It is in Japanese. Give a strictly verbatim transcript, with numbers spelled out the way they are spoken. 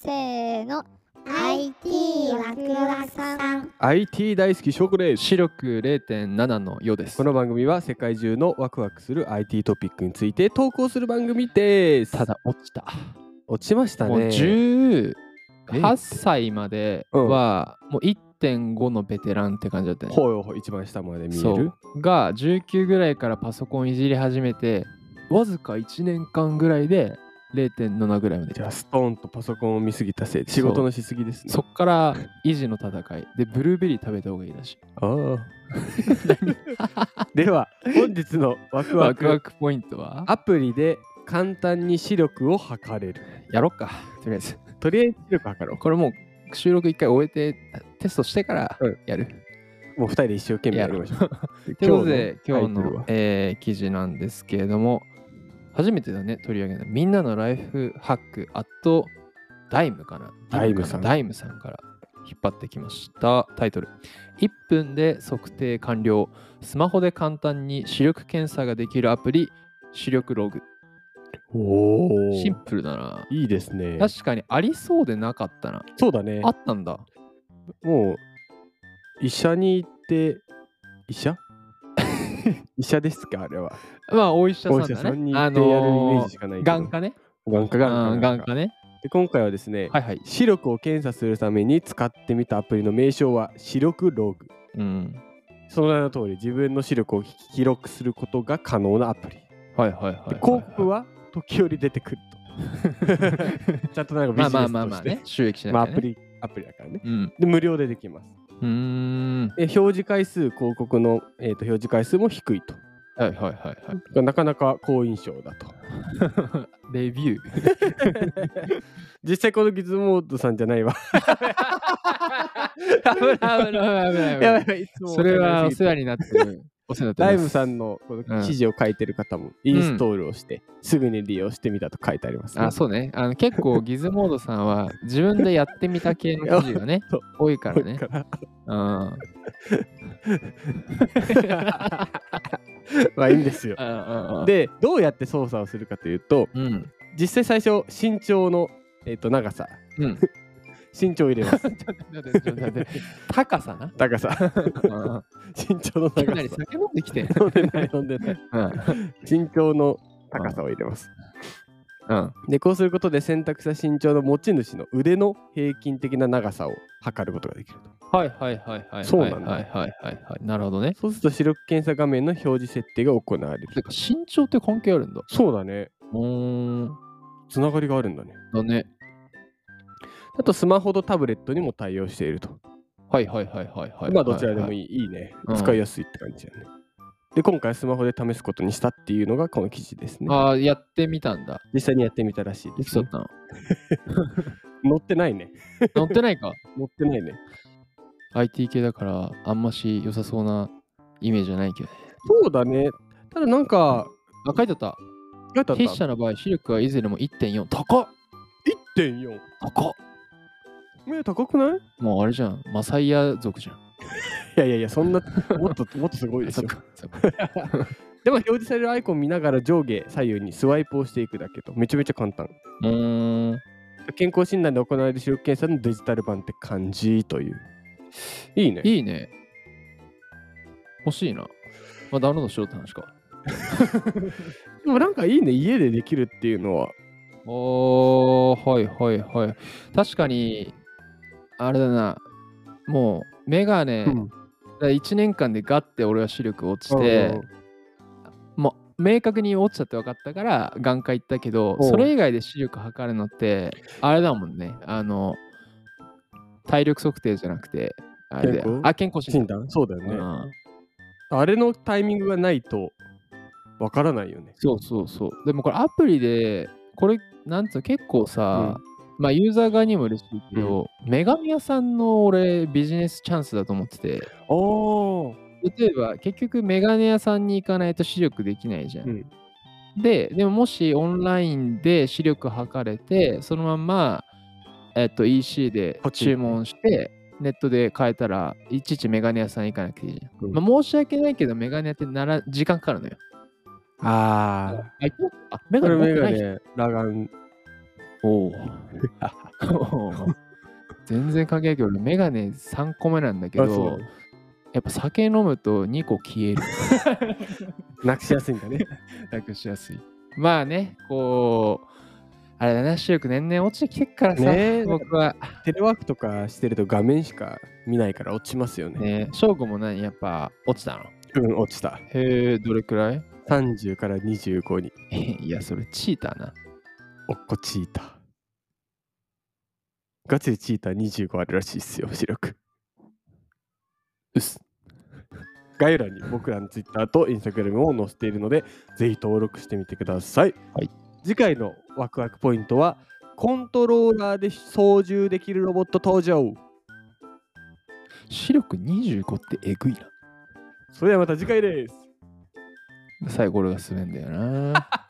せーの アイティー ワクワクさんアイティー 大好き翔子です。 視力 れいてんなな のようです。 この番組は世界中のワクワクする アイティー トピックについて投稿する番組です。 ただ落ちた。 落ちましたね。 もうじゅうはっさいまではもう いってんご のベテランって感じだったね。 ほいほい一番下まで見える。 そうがじゅうきゅうぐらいからパソコンいじり始めてわずかいちねんかんぐらいで れいてんなな ぐらいまで。 じゃあストーンとパソコンを見すぎたせいで仕事のしすぎですね。 そっから維持の戦いでブルーベリー食べた方がいいらしい。 ああでは本日のワクワクワクワクポイントはアプリで簡単に視力を測れる。 やろっか。とりあえずとりあえず視力測ろう。 これもう収録一回終えてテストしてからやる。 もうふたりで一生懸命やりましょう。 ということで今日のタイトルはえー記事なんですけれども、初めてだね取り上げたみんなのライフハックアットダイムかなダイムさんダイムさんから引っ張ってきました。タイトルいっぷんで測定完了、スマホで簡単に視力検査ができるアプリ視力ログ。 おお。 シンプルだな。 いいですね。 確かにありそうでなかったな。 そうだね。 あったんだ。 もう医者に行って医者医者ですかあれは。 まあお医者さんおだね。 医者さんに行ってやるイメージしかないけど。 眼科ね。 眼科眼科うん眼科ね。 で今回はですね、 はいはい。 視力を検査するために使ってみたアプリの名称は視力ログ。 うん。 その名の通り自分の視力を記録することが可能なアプリ。 はいはいはいはいはい。 で広告は時折出てくると。ちゃんとなんかビジネスとして。 まあまあまあまあね。収益しなきゃね。 まあアプリアプリだからね。 うん。 で無料でできます。 うーん。 え表示回数広告の、えー、と表示回数も低いと。 はいはいはいはい。 なかなか好印象だと。 レビュー。 実際このギズモードさんじゃないわ。 危ない危ない危ない危ない。 やばいやばいいつもそれはお世話になってる。お世話になってます。 ライムさんのこの記事を書いてる方もインストールをして、すぐに利用してみたと書いてあります、ねあ、そうね。あの結構ギズモードさんは自分でやってみた系の記事がねそう多いからね。 多いからうん。 まあいいんですよ。 で、 でどうやって操作をするかというと、 うん。 実際最初身長の、えー、と長さ、 うん。 身長を入れます。 ちょっと待ってちょっと待って高さな。 高さうん身長のかな長さ。 り酒飲んできてん。 飲んでない飲んでない。 うん。 身長の高さを入れます。 うん。 でこうすることで選択した身長の持ち主の腕の平均的な長さを測ることができると。 はいはいはいはい。 そうなんだはいはいはいはい。なるほどね。 そうすると視力検査画面の表示設定が行われる。 てか身長って関係あるんだ。 そうだね。 うーん。 つながりがあるんだね。 だね。 あとスマホとタブレットにも対応していると。 はいはいはいはいはい。 まあどちらでもいい。 い、いいね。 うん使いやすいって感じだよね。で今回スマホで試すことにしたっていうのがこの記事ですね。 ああ、やってみたんだ。 実際にやってみたらしいです、ね。 できそうだったの。 載ってないね。 乗ってないか。 載ってないね。 アイティー 系だからあんまし良さそうなイメージじゃないけどね。 そうだね。ただなんか、 あ、書いてあった。 書いてあった筆者の場合、視力はいずれも いってんよん。高っいってんよん。 高っえ、高くない？ もうあれじゃん。マサイア族じゃん。 いやいやいや、そんな、もっともっとすごいでしょ。 そっかそっかでも表示されるアイコン見ながら上下左右にスワイプをしていくだけとめちゃめちゃ簡単。 うーん。 健康診断で行われる視力検査のデジタル版って感じという。いいね。 いいね。欲しいな。まあ、ダウンロードしろって話か。 でもなんかいいね、家でできるっていうのは。 おー、はいはいはい。確かに、あれだな。もう、メガネ、 うん、 いちねんかんでガッて俺は視力落ちて、もう明確に落ちたって分かったから眼科行ったけど、それ以外で視力測るのってあれだもんね。あの体力測定じゃなくてあれだよ。あ、健康診断。 診断そうだよね、 うん。 あれのタイミングがないとわからないよね。 そうそうそう。でもこれアプリでこれなんつうの結構さ、うん、まあユーザー側にも嬉しいけど、うん、メガネ屋さんの俺ビジネスチャンスだと思ってて。 おー。 例えば結局メガネ屋さんに行かないと視力できないじゃん。 うん、 で、でももしオンラインで視力測れて、そのまんま、えっと、イーシー で注文して、ネットで買えたら、いちいちメガネ屋さん行かなくていいじゃん。うん、まあ、申し訳ないけど、メガネ屋ってなら時間かかるのよ。 ああ、あメガネ持ってない人。 裸眼おお。全然関係ないけど、俺メガネさんこめなんだけあ、そどう、 やっぱ酒飲むとにこ消える。 なくしやすいんだね。 なくしやすい。まあね、こう、あれだな、視力年々落ちてきてっからさ、 ねえ僕は。 テレワークとかしてると画面しか見ないから落ちますよね。 ね、翔吾も何やっぱ落ちたの？ うん、落ちた。 へえ、どれくらい？ さんじゅうからにじゅうごに。 いや、それチーターな。 おっこチーター。ガチでチーターにじゅうごあるらしいっすよ、視力。うっす。概要欄に僕らの Twitter と Instagram を載せているので、ぜひ登録してみてください。 はい、 次回のワクワクポイントは、コントローラーで操縦できるロボット登場。 視力にじゅうごってえぐいな。 それではまた次回です。 最後俺が滑んだよな。